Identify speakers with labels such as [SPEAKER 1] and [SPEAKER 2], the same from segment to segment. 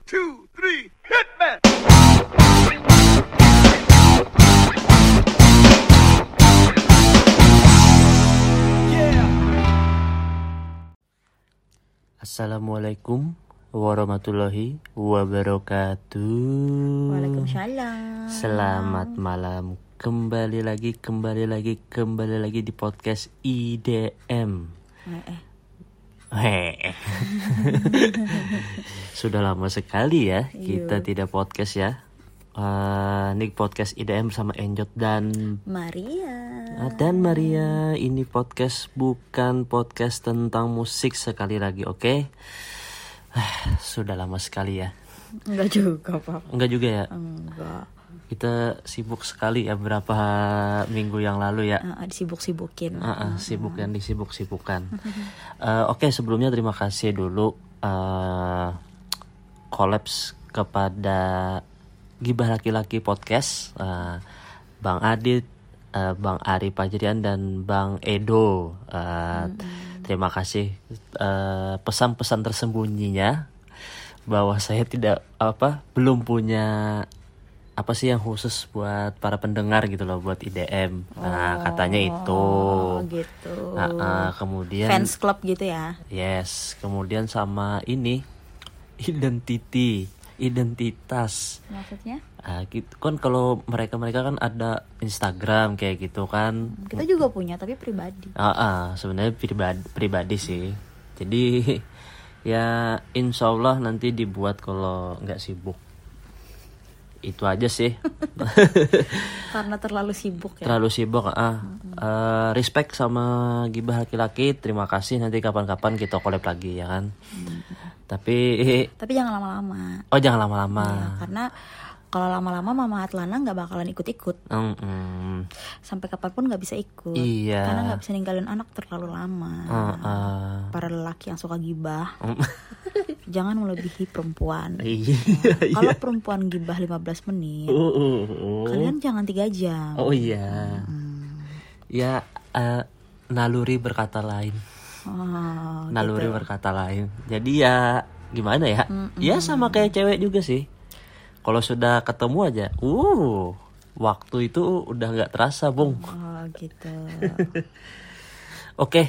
[SPEAKER 1] 2, 3, hit man.
[SPEAKER 2] Assalamualaikum warahmatullahi wabarakatuh.
[SPEAKER 3] Waalaikumsalam.
[SPEAKER 2] Selamat malam. Kembali lagi di podcast IDM. Sudah lama sekali ya kita tidak podcast ya. Ini podcast IDM sama Enjot dan Maria. Ini podcast bukan podcast tentang musik sekali lagi, oke? Sudah lama sekali ya.
[SPEAKER 3] Enggak juga, Pak.
[SPEAKER 2] Enggak juga ya?
[SPEAKER 3] Enggak.
[SPEAKER 2] Kita sibuk sekali ya berapa minggu yang lalu ya.
[SPEAKER 3] Disibuk-sibukin.
[SPEAKER 2] Disibuk-sibukan. Oke, sebelumnya terima kasih dulu kolaps kepada Gibah Laki-Laki Podcast, Bang Adit, Bang Ari Pajrian dan Bang Edo. Terima kasih pesan-pesan tersembunyinya bahwa saya belum punya apa sih yang khusus buat para pendengar gitu loh, buat IDM. Katanya itu.
[SPEAKER 3] Gitu.
[SPEAKER 2] Kemudian
[SPEAKER 3] fans club gitu ya.
[SPEAKER 2] Yes, kemudian sama ini identitas.
[SPEAKER 3] Maksudnya?
[SPEAKER 2] Gitu kan, kalau mereka kan ada Instagram kayak gitu kan.
[SPEAKER 3] Kita juga punya tapi pribadi.
[SPEAKER 2] Sebenarnya pribadi sih. Jadi ya insya Allah nanti dibuat kalau nggak sibuk. Itu aja sih.
[SPEAKER 3] Karena terlalu sibuk ya.
[SPEAKER 2] Terlalu sibuk. Respect sama Gibah Laki-Laki. Terima kasih, nanti kapan-kapan kita collab lagi ya kan. Tapi
[SPEAKER 3] jangan lama-lama.
[SPEAKER 2] Oh, jangan lama-lama.
[SPEAKER 3] Ya, karena kalau lama-lama Mama Atlana nggak bakalan ikut-ikut. Sampai kapanpun nggak bisa ikut.
[SPEAKER 2] Iya.
[SPEAKER 3] Karena nggak bisa ninggalin anak terlalu lama. Para lelaki yang suka gibah, jangan melebihi perempuan. Kalau perempuan gibah 15 menit, kalian jangan 3 jam.
[SPEAKER 2] Oh iya. Ya, naluri berkata lain. Naluri
[SPEAKER 3] gitu.
[SPEAKER 2] berkata lain. Jadi ya gimana ya? Ya sama kayak cewek juga sih. Kalau sudah ketemu aja, waktu itu udah nggak terasa, Bung.
[SPEAKER 3] Gitu.
[SPEAKER 2] Oke,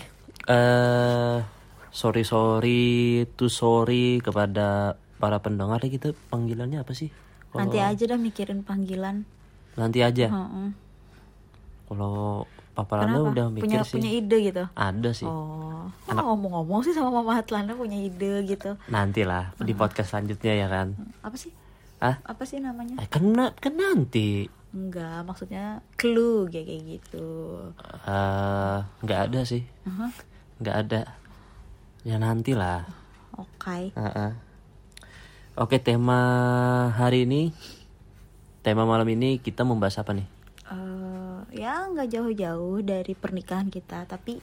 [SPEAKER 2] sorry kepada para pendengar. Kita panggilannya apa sih?
[SPEAKER 3] Nanti aja dah mikirin panggilan.
[SPEAKER 2] Nanti aja. Kalau Papa Lana udah mikir
[SPEAKER 3] punya ide gitu.
[SPEAKER 2] Ada sih.
[SPEAKER 3] Ngomong-ngomong sih sama Mama Atlana punya ide gitu.
[SPEAKER 2] Nantilah di podcast selanjutnya ya kan.
[SPEAKER 3] Apa sih?
[SPEAKER 2] Apa
[SPEAKER 3] sih namanya?
[SPEAKER 2] Kan nanti.
[SPEAKER 3] Enggak, maksudnya clue kayak gitu.
[SPEAKER 2] Nggak ada sih. Nggak ada. Ya nantilah.
[SPEAKER 3] Oke.
[SPEAKER 2] Oke, tema malam ini kita membahas apa nih?
[SPEAKER 3] Ya nggak jauh-jauh dari pernikahan kita, tapi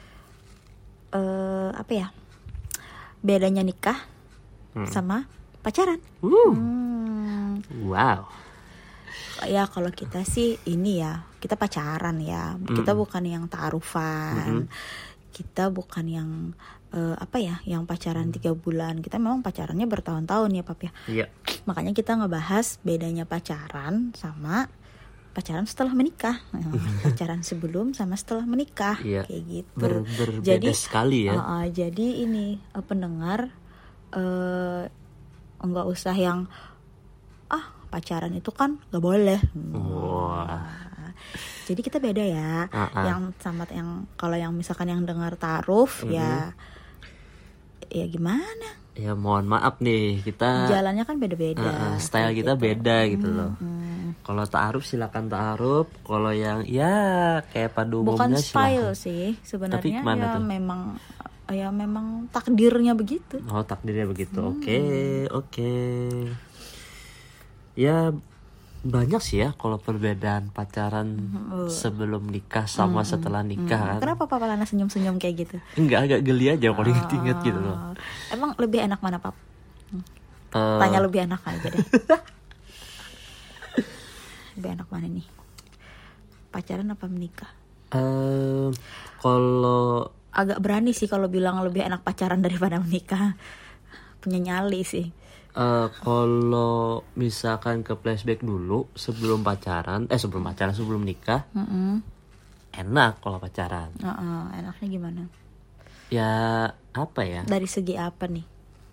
[SPEAKER 3] apa ya? Bedanya nikah sama pacaran.
[SPEAKER 2] Wow.
[SPEAKER 3] Ya kalau kita sih ini ya, kita pacaran ya. Kita bukan yang ta'arufan. Kita bukan yang yang pacaran 3 bulan. Kita memang pacarannya bertahun-tahun ya, Pap ya.
[SPEAKER 2] Iya.
[SPEAKER 3] Makanya kita ngebahas bedanya pacaran sama pacaran setelah menikah. Pacaran sebelum sama setelah menikah.
[SPEAKER 2] Iya.
[SPEAKER 3] Kayak gitu.
[SPEAKER 2] Berbeda sekali ya.
[SPEAKER 3] Jadi ini pendengar enggak usah yang pacaran itu kan nggak boleh. Jadi kita beda ya. Yang sama yang kalau yang misalkan yang dengar ta'aruf ya gimana?
[SPEAKER 2] Ya mohon maaf nih, kita
[SPEAKER 3] jalannya kan beda-beda.
[SPEAKER 2] Style kita beda gitu loh. Kalau ta'aruf silakan ta'aruf. Kalau yang kayak pada umumnya
[SPEAKER 3] bukan style
[SPEAKER 2] silakan.
[SPEAKER 3] sih sebenarnya.
[SPEAKER 2] Tapi
[SPEAKER 3] ya
[SPEAKER 2] tuh?
[SPEAKER 3] memang takdirnya begitu.
[SPEAKER 2] Oh, takdirnya begitu. Oke. Ya banyak sih ya kalau perbedaan pacaran sebelum nikah sama setelah nikah kan.
[SPEAKER 3] Kenapa Papa Lana senyum-senyum kayak gitu?
[SPEAKER 2] Enggak, agak geli aja kalau inget gitu loh.
[SPEAKER 3] Emang lebih enak mana, Pap? Tanya lebih enak aja deh. Lebih enak mana nih? Pacaran apa menikah?
[SPEAKER 2] Kalau
[SPEAKER 3] agak berani sih kalau bilang lebih enak pacaran daripada menikah. punya nyali sih.
[SPEAKER 2] Kalau misalkan ke flashback dulu sebelum nikah, enak kalau pacaran.
[SPEAKER 3] Enaknya gimana?
[SPEAKER 2] Ya apa ya?
[SPEAKER 3] Dari segi apa nih?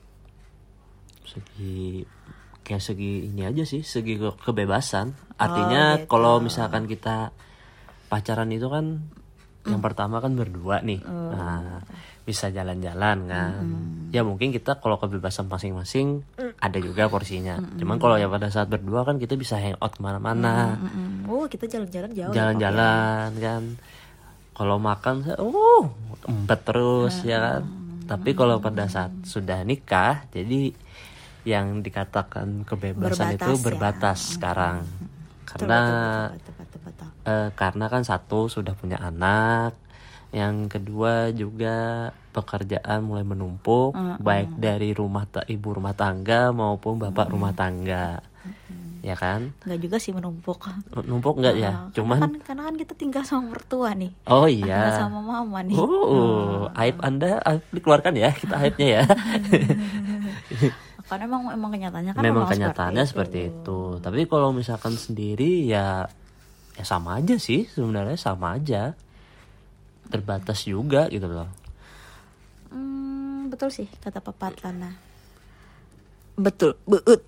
[SPEAKER 2] Segi ini aja sih, segi kebebasan. Artinya
[SPEAKER 3] gitu.
[SPEAKER 2] kalau misalkan kita pacaran itu kan yang pertama kan berdua nih. Nah, bisa jalan-jalan kan. Ya mungkin kita kalau kebebasan masing-masing ada juga porsinya. Cuman kalau ya pada saat berdua kan kita bisa hangout kemana-mana.
[SPEAKER 3] Kita jalan-jalan jauh.
[SPEAKER 2] Jalan-jalan kan. Kalau makan embat terus ya kan. Tapi kalau pada saat sudah nikah, jadi yang dikatakan kebebasan itu berbatas sekarang. Karena
[SPEAKER 3] Betul.
[SPEAKER 2] karena kan satu sudah punya anak, yang kedua juga pekerjaan mulai menumpuk, baik dari ibu rumah tangga maupun bapak rumah tangga, ya kan?
[SPEAKER 3] Nggak juga sih menumpuk.
[SPEAKER 2] Numpuk nggak ya? Cuman
[SPEAKER 3] karena kan kita tinggal sama mertua nih.
[SPEAKER 2] Oh iya.
[SPEAKER 3] Tinggal sama mama nih.
[SPEAKER 2] Aib Anda dikeluarkan ya, kita aibnya ya.
[SPEAKER 3] Karena emang kenyataannya kan
[SPEAKER 2] memang kenyataannya seperti itu. Tapi kalau misalkan sendiri ya sama aja sih, sebenarnya sama aja, terbatas juga gitu loh.
[SPEAKER 3] Betul sih kata Papa Atlana. Betul, beut.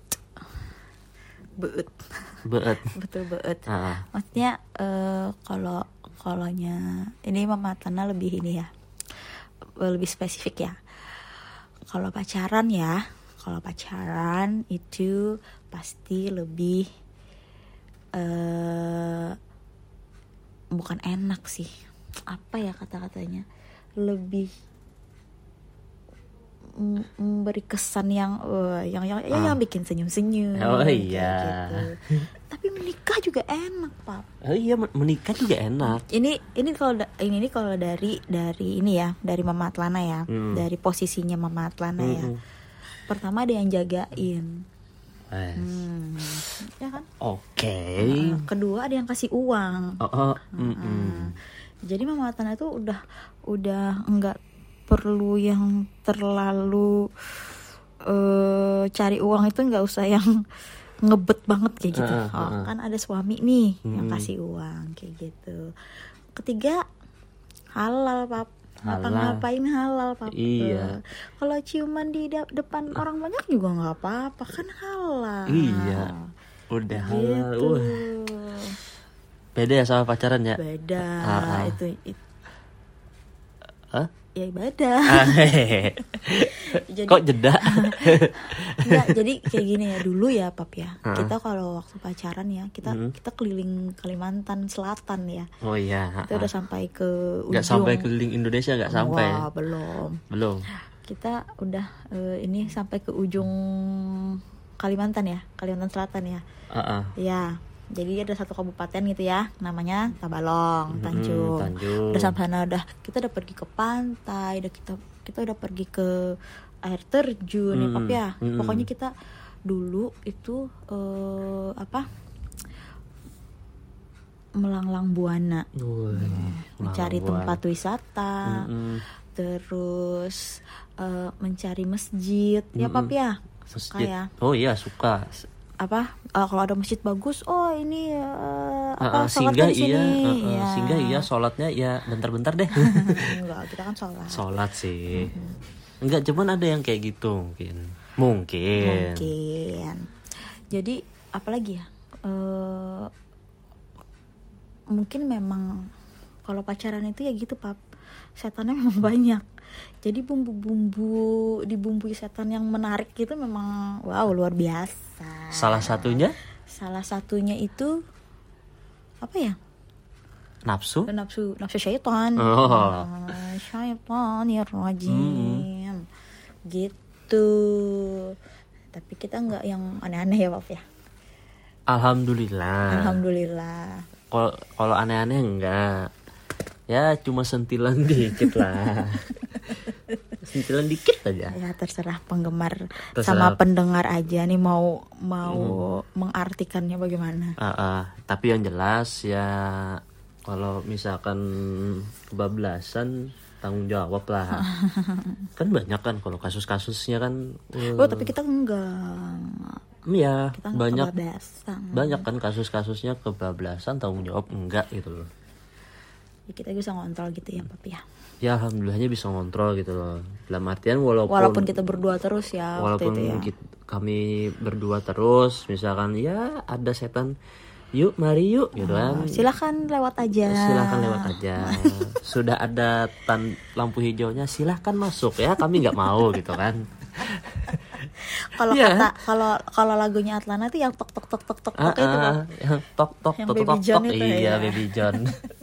[SPEAKER 3] Betul beut. Maksudnya kalonya ini Mama Atlana lebih ini ya, lebih spesifik ya. Kalau pacaran itu pasti lebih bukan enak sih, apa ya kata-katanya, lebih memberi kesan yang bikin senyum-senyum.
[SPEAKER 2] Iya.
[SPEAKER 3] Gitu. Tapi menikah juga enak, Pap.
[SPEAKER 2] Iya, menikah juga enak.
[SPEAKER 3] Ini kalau dari ini ya, dari Mama Atlana ya, dari posisinya Mama Atlana ya. Pertama ada yang jagain. Ya kan?
[SPEAKER 2] Oke.
[SPEAKER 3] Kedua ada yang kasih uang. Jadi Mama Atlana itu udah enggak perlu yang terlalu cari uang, itu nggak usah yang ngebet banget kayak gitu. Kan ada suami nih yang kasih uang kayak gitu. Ketiga halal, Pap. Ngapa-ngapain halal, Pap.
[SPEAKER 2] Iya.
[SPEAKER 3] Kalau ciuman di depan orang banyak juga nggak apa-apa, kan halal.
[SPEAKER 2] Iya. Udah halal.
[SPEAKER 3] Gitu.
[SPEAKER 2] Beda ya sama pacaran ya?
[SPEAKER 3] Beda. Itu.
[SPEAKER 2] Hah?
[SPEAKER 3] Ya ibadah.
[SPEAKER 2] Kok jeda?
[SPEAKER 3] Enggak, jadi kayak gini ya, dulu ya Pap ya. Kita kalau waktu pacaran ya, kita keliling Kalimantan Selatan ya.
[SPEAKER 2] Oh iya.
[SPEAKER 3] Kita udah sampai ke ujung.
[SPEAKER 2] Nggak sampai keliling Indonesia, nggak sampai.
[SPEAKER 3] Wah, belum. Kita udah ini sampai ke ujung Kalimantan Selatan ya. Ya. Jadi ada satu kabupaten gitu ya, namanya Tabalong, Tanjung. Udah sampai sana, kita udah pergi ke pantai, kita udah pergi ke air terjun ya Pap ya. Pokoknya kita dulu itu melanglang buana, mencari tempat wisata, terus mencari masjid ya Pap ya. Suka ya.
[SPEAKER 2] Oh iya, suka.
[SPEAKER 3] Kalau ada masjid bagus, ini
[SPEAKER 2] singgah
[SPEAKER 3] di sini.
[SPEAKER 2] Singgah iya, sholatnya ya bentar-bentar deh.
[SPEAKER 3] Enggak, kita kan
[SPEAKER 2] sholat sih. Enggak, cuman ada yang kayak gitu mungkin.
[SPEAKER 3] Jadi apalagi ya, mungkin memang kalau pacaran itu ya gitu Pap, setannya memang banyak. Jadi bumbu-bumbu dibumbui setan yang menarik gitu memang luar biasa.
[SPEAKER 2] Salah satunya
[SPEAKER 3] itu apa ya?
[SPEAKER 2] Nafsu
[SPEAKER 3] syaitan. Syaitanirrajim. Gitu. Tapi kita enggak yang aneh-aneh ya, Pap ya.
[SPEAKER 2] Alhamdulillah. Kalau aneh-aneh enggak. Ya cuma sentilan dikit lah. Sentilan dikit aja.
[SPEAKER 3] Ya terserah penggemar sama pendengar aja nih mau mengartikannya bagaimana.
[SPEAKER 2] Tapi yang jelas ya, kalau misalkan kebablasan tanggung jawab lah. Kan banyak kan kalau kasus-kasusnya kan.
[SPEAKER 3] Oh tapi kita enggak.
[SPEAKER 2] Iya,
[SPEAKER 3] Kita enggak
[SPEAKER 2] banyak
[SPEAKER 3] kebablasan.
[SPEAKER 2] banyak kan kasus-kasusnya kebablasan, tanggung jawab enggak gitu loh.
[SPEAKER 3] Ya, kita bisa ngontrol gitu ya Pap ya.
[SPEAKER 2] Ya alhamdulillahnya bisa ngontrol gitu loh. Dalam artian
[SPEAKER 3] Walaupun kita berdua terus ya waktu
[SPEAKER 2] walaupun
[SPEAKER 3] itu ya.
[SPEAKER 2] kami berdua terus, misalkan ya ada setan, yuk mari yuk gitu kan.
[SPEAKER 3] Silakan lewat aja.
[SPEAKER 2] Silahkan lewat aja. Sudah ada lampu hijaunya, silahkan masuk ya. Kami nggak mau gitu kan.
[SPEAKER 3] Kalau
[SPEAKER 2] Iya.
[SPEAKER 3] kata kalau lagunya Atlana tuh yang tok tok tok tok tok tok itu Pap.
[SPEAKER 2] Yang tok tok
[SPEAKER 3] Yang
[SPEAKER 2] tok
[SPEAKER 3] Baby
[SPEAKER 2] tok
[SPEAKER 3] John
[SPEAKER 2] tok.
[SPEAKER 3] itu
[SPEAKER 2] Iya,
[SPEAKER 3] ya.
[SPEAKER 2] Baby John.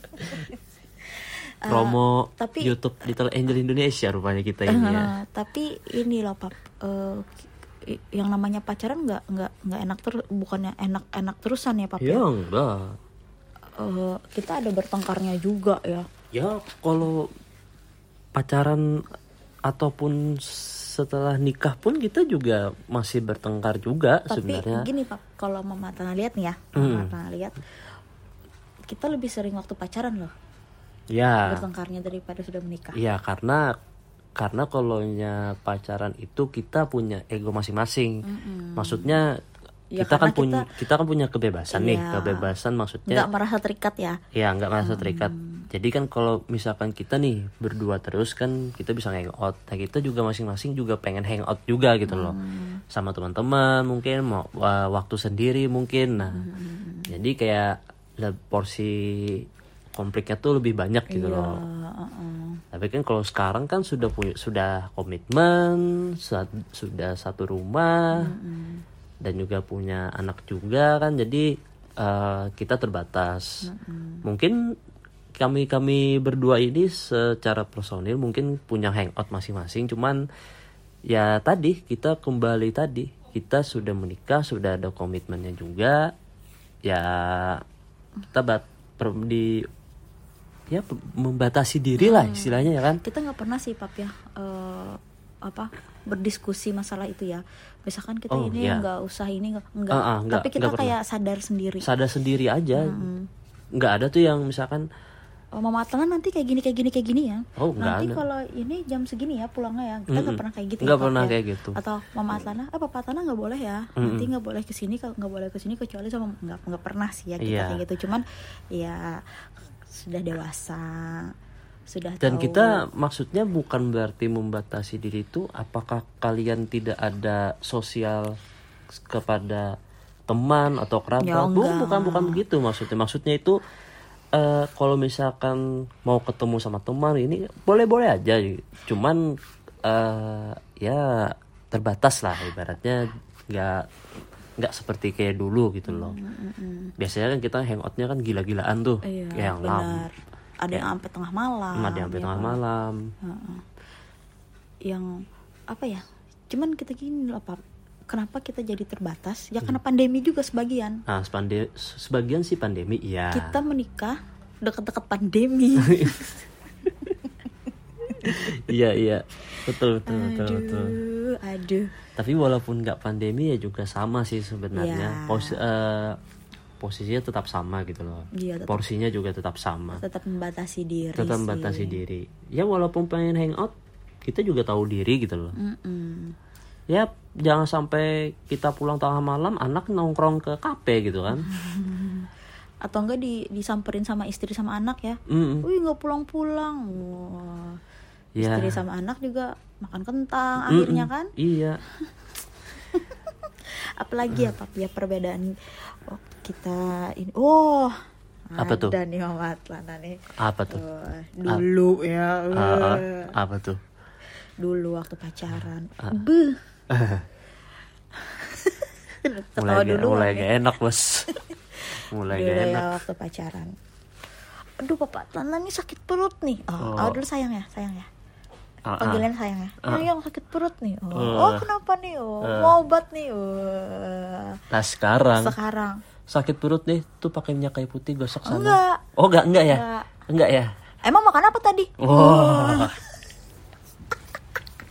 [SPEAKER 2] Promo
[SPEAKER 3] tapi-
[SPEAKER 2] YouTube Little Angel Indonesia rupanya kita ini ya.
[SPEAKER 3] Tapi ini loh Pap, yang namanya pacaran nggak enak terus, bukannya enak terusan ya Pap
[SPEAKER 2] Ya
[SPEAKER 3] ya.
[SPEAKER 2] enggak.
[SPEAKER 3] Kita ada bertengkarnya juga ya.
[SPEAKER 2] Ya kalau pacaran ataupun setelah nikah pun kita juga masih bertengkar juga
[SPEAKER 3] Tapi
[SPEAKER 2] sebenarnya.
[SPEAKER 3] gini Pap, kalau Mama Tana lihat nih ya, Mama Tana lihat kita lebih sering waktu pacaran loh
[SPEAKER 2] Ya.
[SPEAKER 3] bertengkarnya daripada sudah menikah.
[SPEAKER 2] Iya, karena kalau pacaran itu kita punya ego masing-masing. Maksudnya
[SPEAKER 3] Ya,
[SPEAKER 2] kita kan
[SPEAKER 3] karena
[SPEAKER 2] kita kan punya kebebasan nih,
[SPEAKER 3] Iya.
[SPEAKER 2] kebebasan maksudnya.
[SPEAKER 3] Nggak merasa terikat ya.
[SPEAKER 2] Ya nggak merasa terikat. Jadi kan kalau misalkan kita nih berdua terus kan kita bisa hangout. Nah kita juga masing-masing juga pengen hangout juga gitu loh, sama teman-teman mungkin mau waktu sendiri mungkin. Nah jadi kayak porsi konfliknya tuh lebih banyak gitu loh. Tapi kan kalau sekarang kan sudah komitmen, sudah satu rumah dan juga punya anak juga kan, jadi kita terbatas. Mungkin kami berdua ini secara personil mungkin punya hangout masing-masing, cuman ya tadi kita sudah menikah, sudah ada komitmennya juga, ya kita membatasi diri lah istilahnya ya kan.
[SPEAKER 3] Kita nggak pernah sih Pap ya berdiskusi masalah itu ya. Misalkan kita ini
[SPEAKER 2] iya.
[SPEAKER 3] nggak usah ini nggak.
[SPEAKER 2] Nggak,
[SPEAKER 3] Tapi kita
[SPEAKER 2] nggak
[SPEAKER 3] kayak sadar sendiri.
[SPEAKER 2] Sadar sendiri aja. Nggak ada tuh yang misalkan
[SPEAKER 3] Mama Atlan nanti kayak gini ya.
[SPEAKER 2] Oh, nggak
[SPEAKER 3] nanti
[SPEAKER 2] ada.
[SPEAKER 3] kalau ini jam segini ya pulangnya ya. Kita nggak pernah kayak gitu.
[SPEAKER 2] Nggak
[SPEAKER 3] ya, Pap,
[SPEAKER 2] pernah
[SPEAKER 3] ya.
[SPEAKER 2] kayak gitu.
[SPEAKER 3] Atau Mama Atlana, Papa Atlana nggak boleh ya. Nanti nggak boleh kesini, nggak boleh kesini kecuali sama nggak pernah sih ya kita
[SPEAKER 2] Iya.
[SPEAKER 3] kayak gitu. Cuman ya sudah dewasa, sudah
[SPEAKER 2] dan
[SPEAKER 3] tahu.
[SPEAKER 2] kita maksudnya bukan berarti membatasi diri itu. Apakah kalian tidak ada sosial kepada teman atau kerabat?
[SPEAKER 3] Ya, enggak.
[SPEAKER 2] Bukan begitu maksudnya itu kalau misalkan mau ketemu sama teman ini boleh aja, cuman ya terbatas lah ibaratnya, nggak seperti kayak dulu gitu loh. Biasanya kan kita hangoutnya kan gila-gilaan tuh,
[SPEAKER 3] Iya,
[SPEAKER 2] yang
[SPEAKER 3] benar. Ada yang sampai tengah malam.
[SPEAKER 2] ada yang sampai
[SPEAKER 3] ya
[SPEAKER 2] tengah
[SPEAKER 3] kan?
[SPEAKER 2] malam.
[SPEAKER 3] Yang apa ya? Cuman kita gini loh Pap. Kenapa kita jadi terbatas? Ya karena pandemi juga sebagian.
[SPEAKER 2] Nah, sebagian sih pandemi, iya.
[SPEAKER 3] Kita menikah dekat-dekat pandemi.
[SPEAKER 2] Iya, betul.
[SPEAKER 3] Aduh.
[SPEAKER 2] Tapi walaupun nggak pandemi ya juga sama sih sebenarnya.
[SPEAKER 3] Ya.
[SPEAKER 2] Posisinya tetap sama gitu loh.
[SPEAKER 3] Iya, tetap.
[SPEAKER 2] Porsinya juga tetap sama.
[SPEAKER 3] Tetap membatasi diri.
[SPEAKER 2] Tetap
[SPEAKER 3] sih.
[SPEAKER 2] membatasi diri. Ya walaupun pengen hangout, kita juga tahu diri gitu loh. Ya jangan sampai kita pulang tengah malam anak nongkrong ke kafe gitu kan.
[SPEAKER 3] Atau enggak disamperin sama istri sama anak ya. Wih nggak pulang-pulang. Wah.
[SPEAKER 2] Ya.
[SPEAKER 3] Istri sama anak juga makan kentang akhirnya kan.
[SPEAKER 2] Iya.
[SPEAKER 3] Apalagi ya Pap ya perbedaan kita ini.
[SPEAKER 2] Apa tuh?
[SPEAKER 3] Ada nih Mama Atlana nih.
[SPEAKER 2] Apa tuh?
[SPEAKER 3] Dulu ya.
[SPEAKER 2] Apa tuh?
[SPEAKER 3] Dulu waktu pacaran. Beuh.
[SPEAKER 2] mulai gak enak bos. Mulai
[SPEAKER 3] Dulu
[SPEAKER 2] gak enak.
[SPEAKER 3] ya waktu pacaran. Aduh Papa Atlana nih sakit perut nih. Dulu sayang ya. Panggilan sayang ya. Yang sakit perut nih. Kenapa nih? Mau obat nih.
[SPEAKER 2] Nah sekarang
[SPEAKER 3] Sekarang
[SPEAKER 2] sakit perut nih tuh pakai minyak kayu putih gosok sana.
[SPEAKER 3] Enggak.
[SPEAKER 2] Oh enggak ya? Enggak ya?
[SPEAKER 3] Emang makan apa tadi?
[SPEAKER 2] Wah.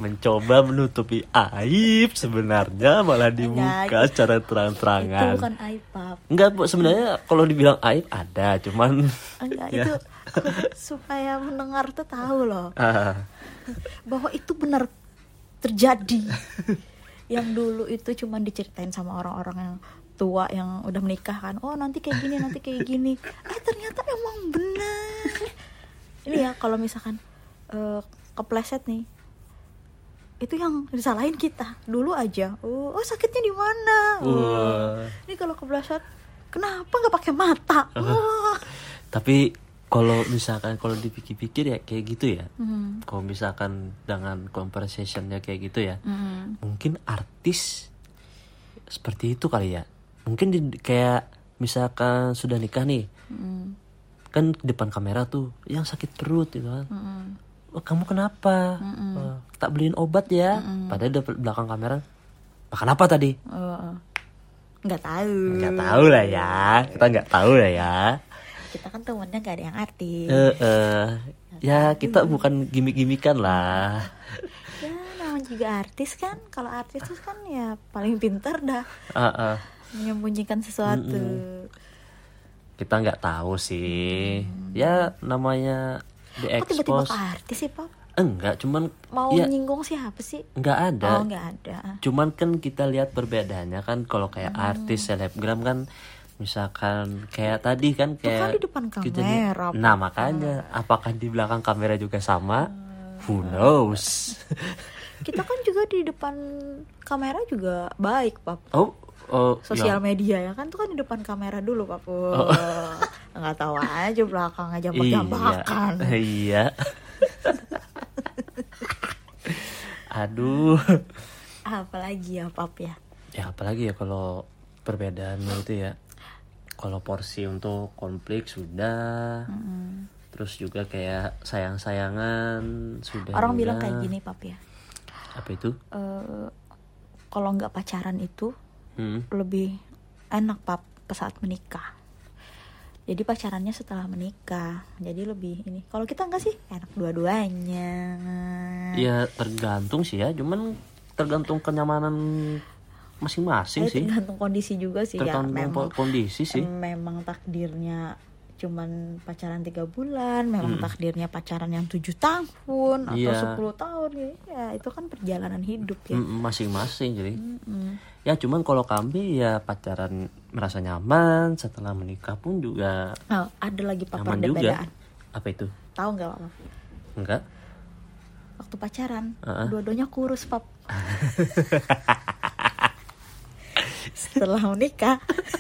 [SPEAKER 2] mencoba menutupi aib sebenarnya malah dibuka
[SPEAKER 3] Enggak,
[SPEAKER 2] secara
[SPEAKER 3] itu
[SPEAKER 2] terang-terangan.
[SPEAKER 3] bukan aib, Pap.
[SPEAKER 2] Enggak, Bu, sebenarnya kalau dibilang aib ada, cuman
[SPEAKER 3] Enggak,
[SPEAKER 2] ya.
[SPEAKER 3] itu supaya mendengar tuh tahu loh
[SPEAKER 2] Ah,
[SPEAKER 3] bahwa itu benar terjadi. Yang dulu itu cuma diceritain sama orang-orang yang tua yang udah menikah kan, oh nanti kayak gini, nanti kayak gini. Ternyata emang benar. Ini ya kalau misalkan kepleset nih, itu yang disalahin kita dulu aja. Oh sakitnya di mana?
[SPEAKER 2] Wah.
[SPEAKER 3] Ini kalau kepleset, kenapa nggak pakai mata? Wah.
[SPEAKER 2] Tapi kalau misalkan kalau dipikir-pikir ya kayak gitu ya.
[SPEAKER 3] Hmm.
[SPEAKER 2] Kalau misalkan dengan conversationnya kayak gitu ya,
[SPEAKER 3] Hmm.
[SPEAKER 2] mungkin artis seperti itu kali ya. Mungkin kayak misalkan sudah nikah nih,
[SPEAKER 3] Hmm.
[SPEAKER 2] kan depan kamera tuh yang sakit perut gitu kan.
[SPEAKER 3] Hmm.
[SPEAKER 2] Oh, kamu kenapa? Oh, tak beliin obat ya. Padahal di belakang kamera makan apa tadi?
[SPEAKER 3] Nggak tahu.
[SPEAKER 2] Nggak tahu lah ya. Kita nggak tahu lah ya.
[SPEAKER 3] Kita kan temennya nggak ada yang artis.
[SPEAKER 2] Ya kita bukan gimmick-gimmickan lah.
[SPEAKER 3] Ya namanya juga artis kan. Kalau artis tuh kan ya paling pintar dah menyembunyikan sesuatu.
[SPEAKER 2] Kita nggak tahu sih. Ya namanya
[SPEAKER 3] Kok tiba-tiba
[SPEAKER 2] di-expose.
[SPEAKER 3] ke artis sih, Pap?
[SPEAKER 2] Enggak, cuman
[SPEAKER 3] Mau
[SPEAKER 2] ya
[SPEAKER 3] menyinggung siapa sih?
[SPEAKER 2] nggak ada.
[SPEAKER 3] Oh, nggak ada.
[SPEAKER 2] Cuman kan kita lihat perbedaannya kan kalau kayak artis selebgram kan misalkan kayak tadi kan
[SPEAKER 3] Itu kan
[SPEAKER 2] kayak
[SPEAKER 3] di depan
[SPEAKER 2] kejadian-
[SPEAKER 3] kamera, Pak.
[SPEAKER 2] Nah makanya apakah di belakang kamera juga sama? Who knows?
[SPEAKER 3] Kita kan juga di depan kamera juga baik, Pap.
[SPEAKER 2] Oh,
[SPEAKER 3] Sosial
[SPEAKER 2] ya.
[SPEAKER 3] media ya kan tuh kan di depan kamera dulu, Pap. Nggak tahu aja belakang aja jambak-jambakan.
[SPEAKER 2] Iya. Aduh.
[SPEAKER 3] Apalagi ya, Pap ya.
[SPEAKER 2] Ya apalagi ya kalau perbedaannya itu ya. Kalau porsi untuk konflik sudah. Terus juga kayak sayang-sayangan sudah.
[SPEAKER 3] Orang
[SPEAKER 2] juga.
[SPEAKER 3] bilang kayak gini, Pap ya.
[SPEAKER 2] Apa itu?
[SPEAKER 3] Kalau nggak pacaran itu
[SPEAKER 2] Hmm.
[SPEAKER 3] lebih enak, Pap, saat menikah. Jadi pacarannya setelah menikah. Jadi lebih ini. Kalau kita enggak sih, enak dua-duanya.
[SPEAKER 2] Ya tergantung sih ya. Cuman tergantung kenyamanan masing-masing sih.
[SPEAKER 3] Tergantung kondisi juga sih ya.
[SPEAKER 2] Tergantung kondisi sih.
[SPEAKER 3] Memang takdirnya cuman pacaran 3 bulan, memang takdirnya pacaran yang 7 tahun atau
[SPEAKER 2] Iya.
[SPEAKER 3] 10 tahun gitu. Ya itu kan perjalanan hidup ya.
[SPEAKER 2] Masing-masing jadi. Ya cuman kalau kami ya pacaran merasa nyaman, setelah menikah pun juga
[SPEAKER 3] Oh, ada lagi Pap
[SPEAKER 2] nyaman juga.
[SPEAKER 3] perbedaan.
[SPEAKER 2] Apa itu?
[SPEAKER 3] Tahu nggak, Pap?
[SPEAKER 2] Enggak?
[SPEAKER 3] Waktu pacaran,
[SPEAKER 2] Uh-uh.
[SPEAKER 3] dua-duanya kurus, Pap. Setelah menikah,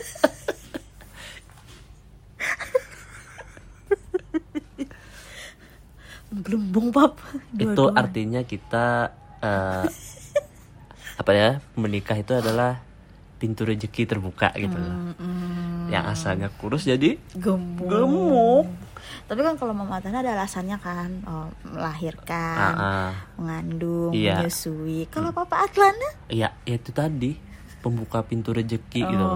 [SPEAKER 3] gelembung, Pap.
[SPEAKER 2] Itu
[SPEAKER 3] Dua-duanya.
[SPEAKER 2] artinya kita apa ya, menikah itu adalah pintu rezeki terbuka gitu loh. Yang asalnya kurus jadi
[SPEAKER 3] gemuk. Tapi kan kalau Mama Tana ada alasannya kan, melahirkan, mengandung,
[SPEAKER 2] Iya.
[SPEAKER 3] menyusui. Kalau Papa Atlana,
[SPEAKER 2] ya itu tadi pembuka pintu rezeki gitu loh.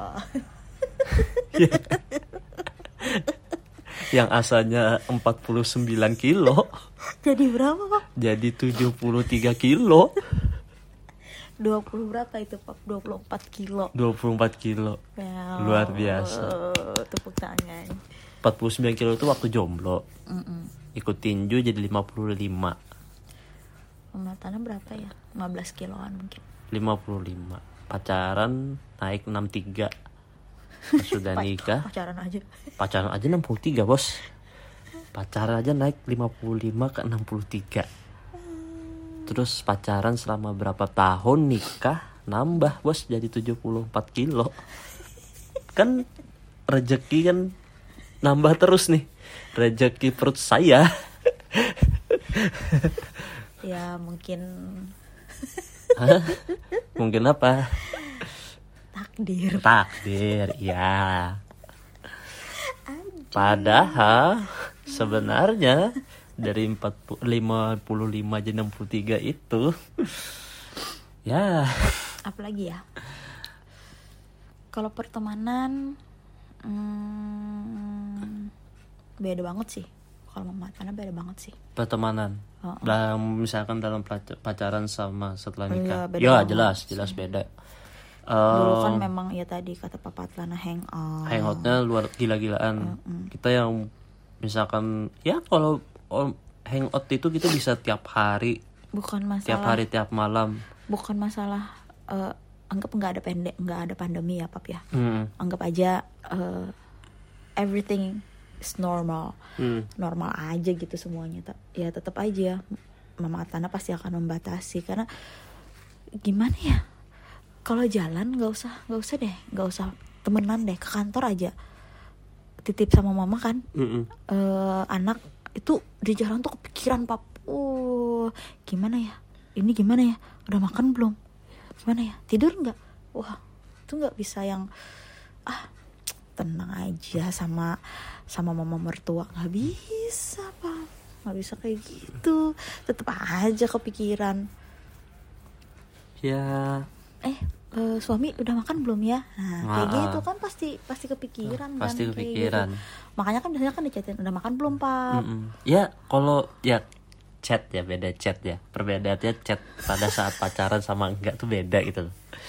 [SPEAKER 2] Yang asalnya 49 kilo
[SPEAKER 3] jadi berapa, Pak?
[SPEAKER 2] jadi 73 kilo.
[SPEAKER 3] 20 berapa itu, Pak? 24 kilo.
[SPEAKER 2] 24 kilo.
[SPEAKER 3] Ya,
[SPEAKER 2] Luar biasa.
[SPEAKER 3] Tepuk tangan.
[SPEAKER 2] 49 kilo itu waktu jomblo. Ikut tinju jadi 55.
[SPEAKER 3] Mama Tana berapa ya? 15 kiloan mungkin.
[SPEAKER 2] 55. Pacaran naik 63. Pas sudah nikah,
[SPEAKER 3] Pacaran aja.
[SPEAKER 2] pacaran aja 63, Bos. Pacaran aja naik 55 ke 63. Terus pacaran selama berapa tahun, nikah nambah, Bos, jadi 74 kilo. Kan rezeki kan nambah terus nih. Rezeki perut saya.
[SPEAKER 3] Ya mungkin
[SPEAKER 2] Hah? Mungkin apa?
[SPEAKER 3] takdir.
[SPEAKER 2] Takdir, ya. Padahal sebenarnya dari 55 jadi 63 itu ya
[SPEAKER 3] Apalagi ya? Kalau pertemanan beda banget sih. kalau Mama Atlana beda banget sih.
[SPEAKER 2] Pertemanan. Dalam misalkan dalam pacaran sama setelah nikah.
[SPEAKER 3] beda
[SPEAKER 2] Ya jelas beda.
[SPEAKER 3] Dulu kan memang ya tadi kata Papa Atlana hangout.
[SPEAKER 2] Hangoutnya luar gila-gilaan. Kita yang misalkan ya kalau hangout itu kita bisa tiap hari.
[SPEAKER 3] Bukan masalah.
[SPEAKER 2] Tiap hari tiap malam.
[SPEAKER 3] Bukan masalah anggap nggak ada pandemi ya Pap ya. Anggap aja everything is normal. Normal aja gitu semuanya. Ya tetap aja Mama Atlana pasti akan membatasi karena gimana ya? Kalau jalan nggak usah temenan deh, ke kantor aja titip sama mama kan. Anak itu di jalan tuh kepikiran Pap. Gimana ya? Ini gimana ya? Udah makan belum? Gimana ya? Tidur nggak? Wah, itu nggak bisa yang tenang aja sama mama mertua, nggak bisa Pak, nggak bisa kayak gitu, tetap aja kepikiran.
[SPEAKER 2] Ya.
[SPEAKER 3] Suami udah makan belum ya? Nah, kayak gitu kan pasti kepikiran kan.
[SPEAKER 2] Pasti kepikiran.
[SPEAKER 3] Gitu. Makanya kan biasanya kan dicatin udah makan belum Pak?
[SPEAKER 2] Ya kalau ya chat ya beda chat ya. Perbedaannya chat pada saat pacaran sama enggak tuh beda gitu.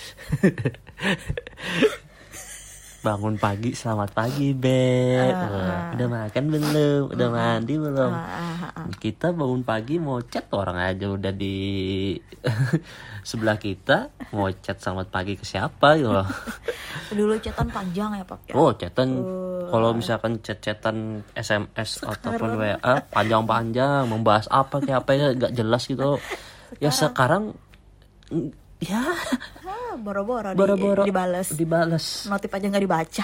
[SPEAKER 2] Bangun pagi, selamat pagi Beb. Udah makan belum? Udah mandi belum? Kita bangun pagi mau chat orang aja udah di sebelah kita, mau chat selamat pagi ke siapa gitu loh.
[SPEAKER 3] Dulu chatan panjang ya Pak ya?
[SPEAKER 2] Oh chatan, kalau misalkan chatan SMS ataupun WA panjang-panjang, membahas apa kayak apa ya gak jelas gitu. Ya sekarang ya
[SPEAKER 3] boro-boro dibales. Notif aja nggak dibaca.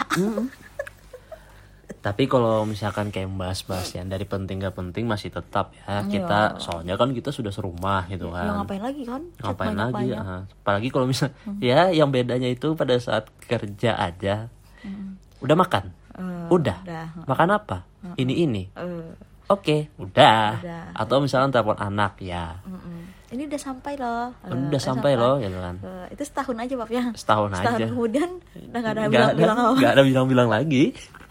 [SPEAKER 2] Tapi kalau misalkan kayak membahas-bahas yang dari penting gak penting masih tetap ya kita, soalnya kan kita sudah serumah gitu kan.
[SPEAKER 3] Ya ngapain lagi kan?
[SPEAKER 2] Ngapain lagi? Apalagi kalau misal ya yang bedanya itu pada saat kerja aja. Udah makan? Udah. Makan apa? Ini. Oke, udah. Atau misalkan telepon anak ya.
[SPEAKER 3] Ini udah sampai loh.
[SPEAKER 2] Udah sampai loh gitu kan.
[SPEAKER 3] Itu setahun aja Pak ya.
[SPEAKER 2] Setahun aja.
[SPEAKER 3] Kemudian udah gak ada bilang-bilang.
[SPEAKER 2] Gak ada bilang-bilang lagi.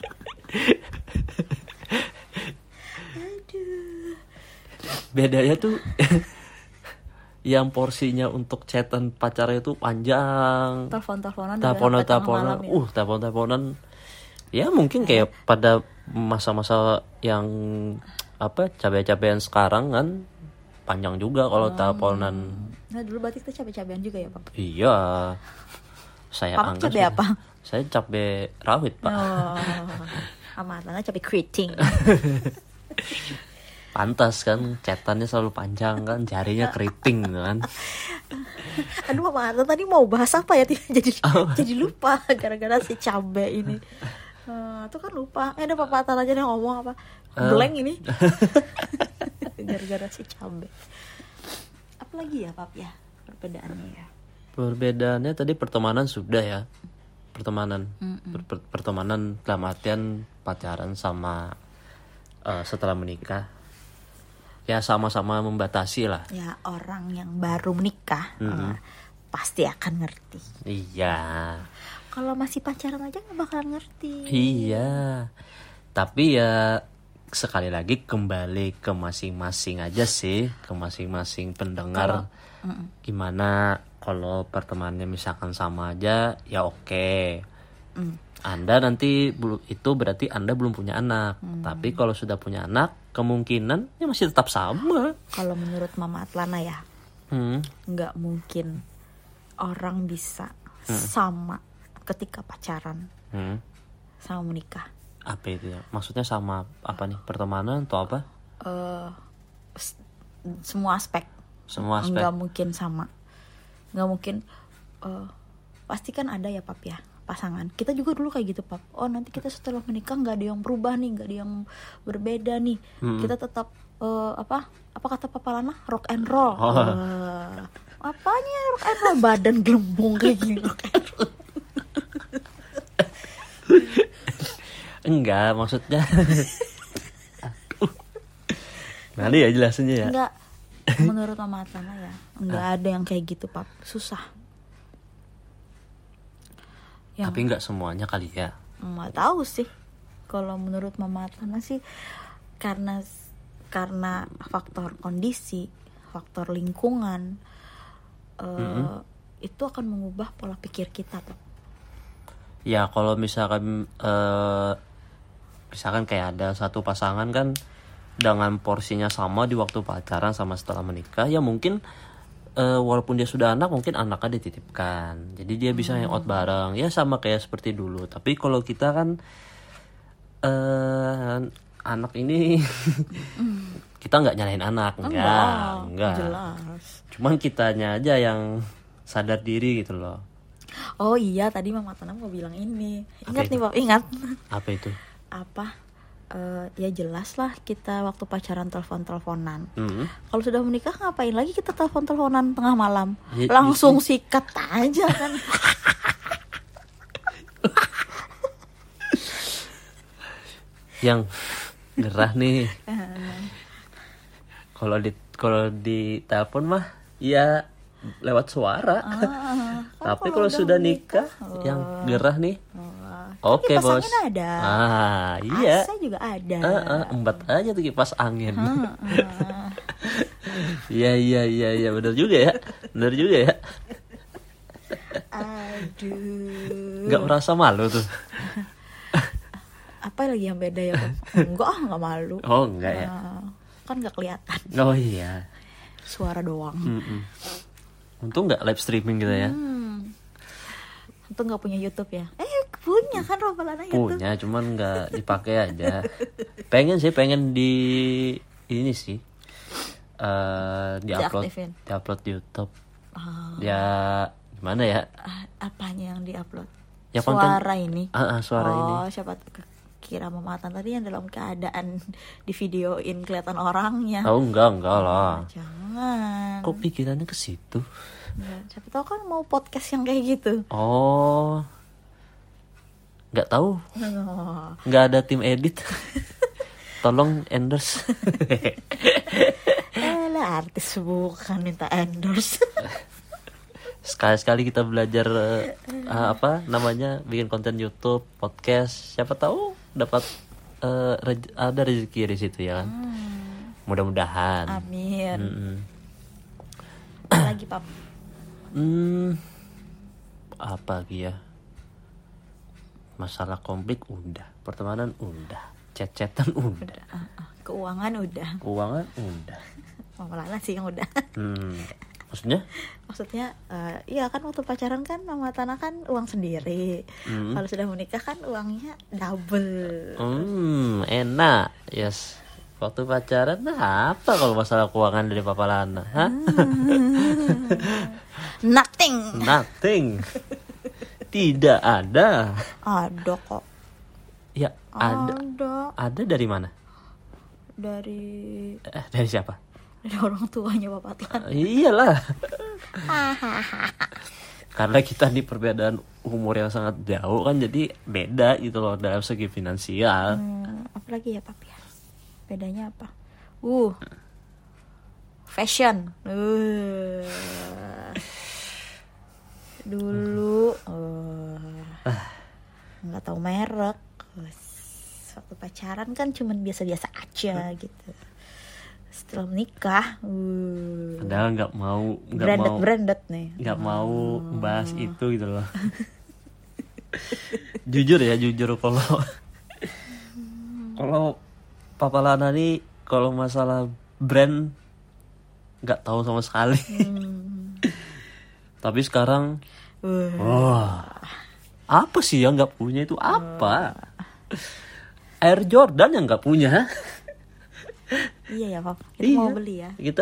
[SPEAKER 3] Aduh.
[SPEAKER 2] Bedanya tuh yang porsinya untuk chatan pacarnya itu panjang.
[SPEAKER 3] Teleponan.
[SPEAKER 2] Telepon-teleponan. Ya mungkin kayak pada masa-masa yang cabai-cabean sekarang kan panjang juga kalau teleponan.
[SPEAKER 3] Nah dulu berarti kita cabai-cabean juga ya Pak?
[SPEAKER 2] Iya. Saya
[SPEAKER 3] Pak cabai apa?
[SPEAKER 2] Saya cabai rawit Pak.
[SPEAKER 3] Amatnya cabai keriting.
[SPEAKER 2] Pantas kan chatannya selalu panjang kan, jarinya keriting kan.
[SPEAKER 3] Aduh Mama Atlan tadi mau bahas apa ya? Jadi lupa gara-gara si cabai ini. Tuh kan lupa. Ada Papa Atlan aja yang ngomong apa? Blank ini. Gara-gara si cabai. Apalagi ya Pap ya perbedaannya ya?
[SPEAKER 2] Perbedaannya tadi pertemanan sudah ya. Pertemanan dalam artian pacaran sama setelah menikah. Ya sama-sama membatasi lah.
[SPEAKER 3] Ya orang yang baru menikah pasti akan ngerti.
[SPEAKER 2] Iya.
[SPEAKER 3] Kalau masih pacaran aja nggak bakalan ngerti.
[SPEAKER 2] Iya. Tapi ya sekali lagi kembali ke masing-masing aja sih, ke masing-masing pendengar. Gimana kalau pertemanannya misalkan sama aja ya oke. Anda nanti itu berarti Anda belum punya anak. Tapi kalau sudah punya anak, kemungkinan ya masih tetap sama.
[SPEAKER 3] Kalau menurut Mama Atlana ya, nggak mungkin orang bisa sama ketika pacaran sama menikah.
[SPEAKER 2] Apa itu ya? Maksudnya sama apa nih? Pertemanan atau apa?
[SPEAKER 3] Semua aspek. Nggak mungkin sama. Nggak mungkin. Pasti kan ada ya Pap ya pasangan. Kita juga dulu kayak gitu Pap. Oh nanti kita setelah menikah nggak ada yang berubah nih, nggak ada yang berbeda nih. Kita tetap apa kata Papa Lana? Rock and roll. Apanya rock and roll? Badan gelembung kayak gini rock and roll.
[SPEAKER 2] Enggak, maksudnya nanti ya jelasinnya ya.
[SPEAKER 3] Enggak, menurut Mama Atlana ya enggak ada yang kayak gitu Pap, susah.
[SPEAKER 2] Tapi enggak semuanya kali ya.
[SPEAKER 3] Enggak tahu sih. Kalau menurut Mama Atlana sih karena faktor kondisi, faktor lingkungan, itu akan mengubah pola pikir kita tuh.
[SPEAKER 2] Ya kalau misalkan kayak ada satu pasangan kan dengan porsinya sama di waktu pacaran sama setelah menikah, ya mungkin walaupun dia sudah anak, mungkin anaknya dititipkan, jadi dia bisa hangout bareng, ya sama kayak seperti dulu. Tapi kalau kita kan anak ini kita nggak nyalahin anak, enggak.
[SPEAKER 3] Jelas.
[SPEAKER 2] Cuman kitanya aja yang sadar diri gitu loh.
[SPEAKER 3] Oh iya, tadi Mama Tanam mau bilang ini. Ingat
[SPEAKER 2] Apa
[SPEAKER 3] nih
[SPEAKER 2] itu?
[SPEAKER 3] Pak, ingat.
[SPEAKER 2] Apa itu?
[SPEAKER 3] Apa? Ya jelas lah kita waktu pacaran telepon-teleponan.
[SPEAKER 2] Hmm.
[SPEAKER 3] Kalau sudah menikah ngapain lagi kita telepon-teleponan tengah malam?
[SPEAKER 2] Ya,
[SPEAKER 3] Langsung sikat aja kan.
[SPEAKER 2] Yang gerah nih. Kalau di telepon mah ya lewat suara. Tapi kalau sudah nikah yang gerah nih. Oke bos.
[SPEAKER 3] Kipas angin ada.
[SPEAKER 2] Iya.
[SPEAKER 3] AC juga ada.
[SPEAKER 2] Embat aja tuh kipas angin. Iya benar juga ya.
[SPEAKER 3] Aduh.
[SPEAKER 2] Nggak merasa malu tuh.
[SPEAKER 3] Apa lagi yang beda ya? Enggak malu.
[SPEAKER 2] Oh enggak ya.
[SPEAKER 3] Kan nggak kelihatan.
[SPEAKER 2] Oh iya.
[SPEAKER 3] Suara doang.
[SPEAKER 2] Untung nggak live streaming gitu ya.
[SPEAKER 3] Untung nggak punya YouTube ya. Punya kan Robalana YouTube.
[SPEAKER 2] Punya, cuman nggak dipakai aja. Pengen di ini sih. Diupload di YouTube. Ya gimana ya?
[SPEAKER 3] Apanya yang diupload?
[SPEAKER 2] Ya,
[SPEAKER 3] suara ini.
[SPEAKER 2] Suara ini.
[SPEAKER 3] Oh, siapa kira Mama Tan tadi yang dalam keadaan di videoin kelihatan orangnya.
[SPEAKER 2] Oh enggak lah.
[SPEAKER 3] Jangan.
[SPEAKER 2] Kok pikirannya ke situ?
[SPEAKER 3] Ya, siapa tahu kan mau podcast yang kayak gitu.
[SPEAKER 2] Oh. Nggak tahu. Nggak ada tim edit. Tolong endorse.
[SPEAKER 3] Lah artis bukan minta endorse.
[SPEAKER 2] Sekali-sekali kita belajar bikin konten YouTube, podcast. Siapa tahu dapat ada rezeki di situ ya kan. Mudah-mudahan.
[SPEAKER 3] Amin. Apa lagi Pap?
[SPEAKER 2] Apa lagi ya? Masalah konflik udah, pertemanan udah, chat-chatan udah.
[SPEAKER 3] Keuangan udah. Mama Lana sih yang udah.
[SPEAKER 2] Maksudnya?
[SPEAKER 3] Maksudnya, iya kan waktu pacaran kan Mama Tana kan uang sendiri. Kalau sudah menikah kan uangnya double.
[SPEAKER 2] Enak. Yes. Waktu pacaran apa kalau masalah keuangan dari Papa Lana? Hah? Nothing. Tidak ada.
[SPEAKER 3] Ada kok.
[SPEAKER 2] Ya, ada. Ada dari mana?
[SPEAKER 3] Dari
[SPEAKER 2] siapa?
[SPEAKER 3] Dari orang tuanya Bapak Tan.
[SPEAKER 2] Iyalah. Karena kita di perbedaan umur yang sangat jauh kan, jadi beda gitu loh dalam segi finansial.
[SPEAKER 3] Apalagi ya Papi ya? Bedanya apa? Fashion. Dulu nggak tahu merek. Waktu pacaran kan cuman biasa-biasa aja gitu. Setelah menikah,
[SPEAKER 2] padahal nggak mau
[SPEAKER 3] branded nih.
[SPEAKER 2] Nggak mau bahas itu gitu loh. jujur kalau Papa Lana nih kalau masalah brand nggak tahu sama sekali. Tapi sekarang apa sih yang nggak punya itu apa? Air Jordan yang nggak punya.
[SPEAKER 3] Iya ya Pap, kita mau beli ya.
[SPEAKER 2] Kita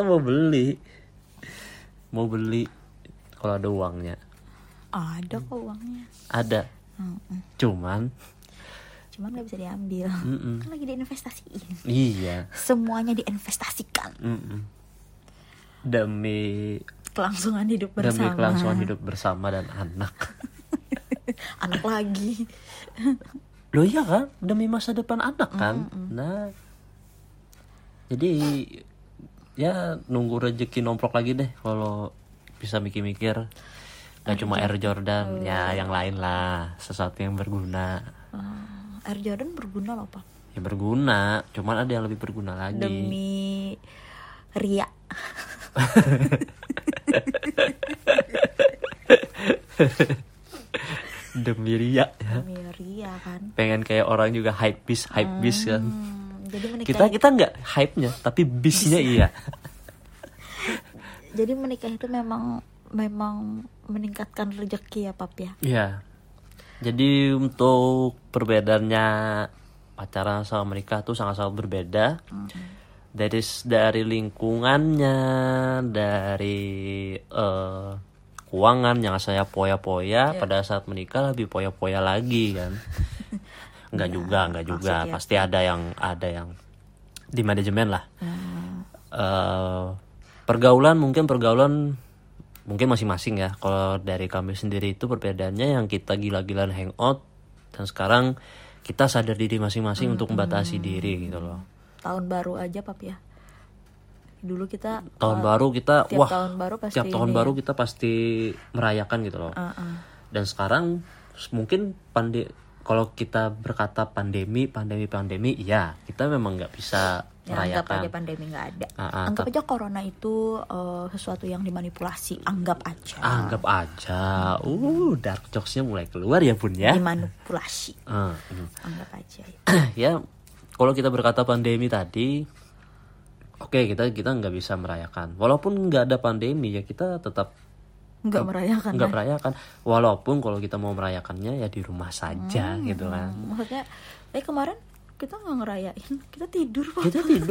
[SPEAKER 2] mau beli kalau ada uangnya.
[SPEAKER 3] Ada kok uangnya.
[SPEAKER 2] Ada. Cuman
[SPEAKER 3] nggak bisa diambil. Kan lagi diinvestasiin.
[SPEAKER 2] Iya.
[SPEAKER 3] Semuanya diinvestasikan.
[SPEAKER 2] Demi
[SPEAKER 3] kelangsungan hidup
[SPEAKER 2] bersama dan anak.
[SPEAKER 3] Anak lagi.
[SPEAKER 2] Loh iya kan, demi masa depan anak kan. Nah, jadi ya nunggu rezeki nomplok lagi deh kalau bisa mikir-mikir. Gak cuma Air Jordan, ya yang lain lah, sesuatu yang berguna.
[SPEAKER 3] Air Jordan berguna loh Pak.
[SPEAKER 2] Ya berguna, cuman ada yang lebih berguna lagi.
[SPEAKER 3] Demi ria.
[SPEAKER 2] Demi ria ya.
[SPEAKER 3] Demi ria kan.
[SPEAKER 2] Pengen kayak orang juga hype bis kan.
[SPEAKER 3] Jadi menikah
[SPEAKER 2] Kita nggak hype-nya, tapi bisnya iya.
[SPEAKER 3] Jadi menikah itu memang meningkatkan rezeki ya Pap ya.
[SPEAKER 2] Iya. Jadi untuk perbedaannya pacaran sama menikah tuh sangat-sangat berbeda. Dari lingkungannya, dari keuangan yang saya poya-poya, pada saat menikah lebih poya-poya lagi kan. Enggak juga, pasti ada yang di manajemen lah. Pergaulan mungkin masing-masing ya. Kalau dari kami sendiri itu perbedaannya yang kita gila-gilaan hangout, dan sekarang kita sadar diri masing-masing untuk membatasi diri gitu loh.
[SPEAKER 3] Tahun baru aja Pap ya. Dulu kita
[SPEAKER 2] Tahun baru kita
[SPEAKER 3] tiap tahun baru pasti
[SPEAKER 2] tiap tahun baru kita pasti merayakan gitu loh. Dan sekarang mungkin kalau kita berkata pandemi, iya kita memang nggak bisa
[SPEAKER 3] anggap
[SPEAKER 2] merayakan.
[SPEAKER 3] aja pandemi nggak ada. Anggap aja corona itu sesuatu yang dimanipulasi. Anggap aja. Dark jokes-nya mulai keluar ya Bun ya. Dimanipulasi. Anggap aja.
[SPEAKER 2] Ya kalau kita berkata pandemi tadi, oke, kita nggak bisa merayakan. Walaupun nggak ada pandemi ya kita tetap
[SPEAKER 3] nggak merayakan.
[SPEAKER 2] Walaupun kalau kita mau merayakannya ya di rumah saja gitu kan.
[SPEAKER 3] Maksudnya kemarin kita nggak ngerayain, kita tidur Pak.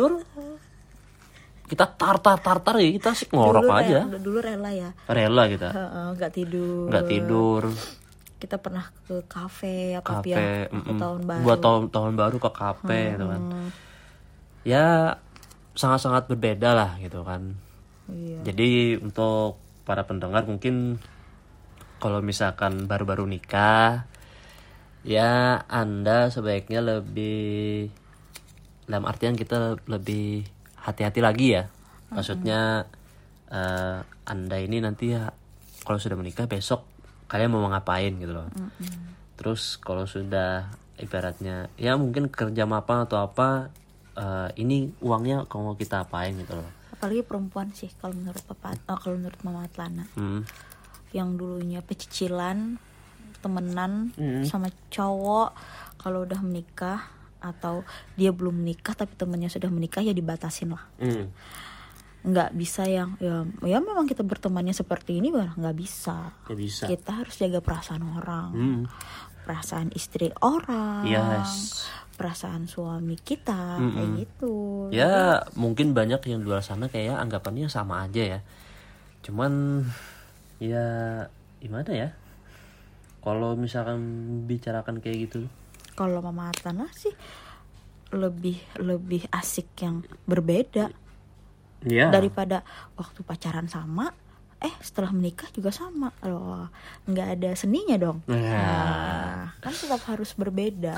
[SPEAKER 2] Kita tartar ya, kita sih ngorok aja.
[SPEAKER 3] Dulu rela ya.
[SPEAKER 2] Rela kita.
[SPEAKER 3] Nggak tidur. Kita pernah ke kafe tahun baru.
[SPEAKER 2] Buat tahun baru ke kafe gitu kan. Ya sangat-sangat berbeda lah gitu kan.
[SPEAKER 3] Iya.
[SPEAKER 2] Jadi untuk para pendengar mungkin kalau misalkan baru-baru nikah, ya Anda sebaiknya lebih, dalam artian kita lebih hati-hati lagi ya. Maksudnya Anda ini nanti ya kalau sudah menikah besok kalian mau ngapain gitu loh. Terus kalau sudah ibaratnya ya mungkin kerja mapan atau apa, ini uangnya kalau kita apain gitu loh.
[SPEAKER 3] Apalagi perempuan sih kalau menurut Mama Atlana. Yang dulunya pecicilan, temenan sama cowok, kalau udah menikah atau dia belum menikah tapi temennya sudah menikah ya dibatasin lah. Nggak bisa yang ya memang kita bertemannya seperti ini, nggak bisa. Kita harus jaga perasaan orang, perasaan istri orang, perasaan suami kita, kayak gitu.
[SPEAKER 2] Ya mungkin banyak yang di luar sana kayak anggapannya sama aja ya. Cuman ya gimana ya, kalau misalkan bicarakan kayak gitu.
[SPEAKER 3] Kalau Mama Atlana sih lebih asik yang berbeda. Daripada waktu pacaran sama, setelah menikah juga sama. Loh, nggak ada seninya dong. Kan tetap harus berbeda.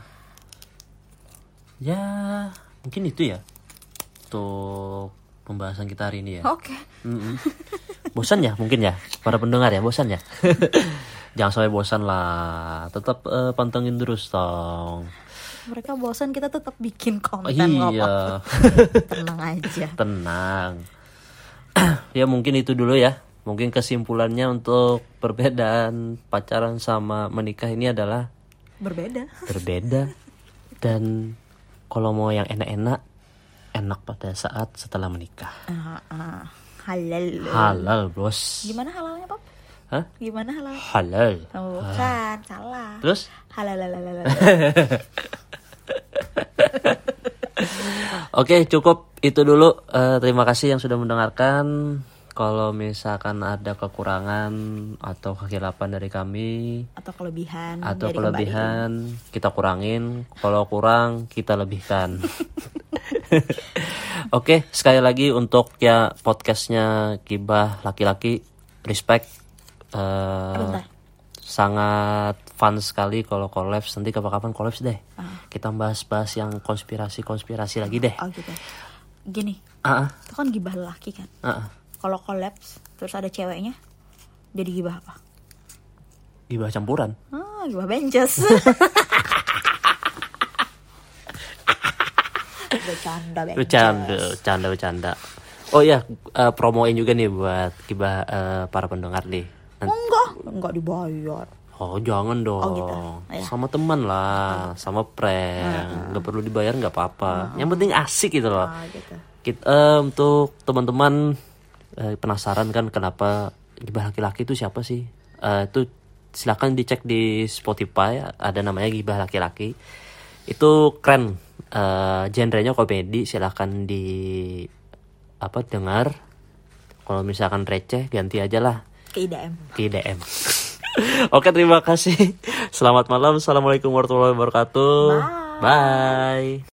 [SPEAKER 2] Ya mungkin itu ya untuk pembahasan kita hari ini ya.
[SPEAKER 3] Oke.
[SPEAKER 2] Bosan ya mungkin ya para pendengar ya, bosan ya. Jangan sampai bosan lah, tetap pantengin terus dong.
[SPEAKER 3] Mereka bosan, kita tetap bikin konten.
[SPEAKER 2] Iya.
[SPEAKER 3] Tenang aja.
[SPEAKER 2] Tenang. Ya mungkin itu dulu ya. Mungkin kesimpulannya untuk perbedaan pacaran sama menikah ini adalah berbeda. Dan kalau mau yang enak pada saat setelah menikah. Halal bos.
[SPEAKER 3] Gimana halalnya Pap?
[SPEAKER 2] Hah?
[SPEAKER 3] Gimana halal?
[SPEAKER 2] Halal.
[SPEAKER 3] Oh, bukan, salah.
[SPEAKER 2] Terus?
[SPEAKER 3] Halal.
[SPEAKER 2] Oke, cukup itu dulu. Terima kasih yang sudah mendengarkan. Kalau misalkan ada kekurangan atau kehilapan dari kami
[SPEAKER 3] atau kelebihan
[SPEAKER 2] kita kurangin. Kalau kurang kita lebihkan. Oke, sekali lagi untuk ya podcastnya Gibah Laki-Laki, respect. Sangat fun sekali kalau collabs. Nanti kapan-kapan collabs deh. Kita bahas yang konspirasi lagi deh.
[SPEAKER 3] Oh gitu. Gini. Itu kan Gibah Laki kan. Kalau collabs terus ada ceweknya, jadi gibah apa?
[SPEAKER 2] Gibah campuran.
[SPEAKER 3] Gibah benjes.
[SPEAKER 2] Bercanda. Oh iya, promoin juga nih buat Gibah para pendengar nih.
[SPEAKER 3] Enggak dibayar.
[SPEAKER 2] Oh jangan dong,
[SPEAKER 3] gitu. Ya.
[SPEAKER 2] sama teman lah, sama prank, nggak perlu dibayar nggak apa-apa. Yang penting asik gitu loh.
[SPEAKER 3] Gitu.
[SPEAKER 2] Untuk teman-teman penasaran kan kenapa Gibah Laki-Laki itu siapa sih? Itu silakan dicek di Spotify, ada namanya Gibah Laki-Laki. Itu keren, genrenya komedi, silakan dengar. Kalau misalkan receh ganti aja lah
[SPEAKER 3] Ke IDM.
[SPEAKER 2] Oke, terima kasih. Selamat malam. Assalamualaikum warahmatullahi wabarakatuh.
[SPEAKER 3] Bye.
[SPEAKER 2] Bye.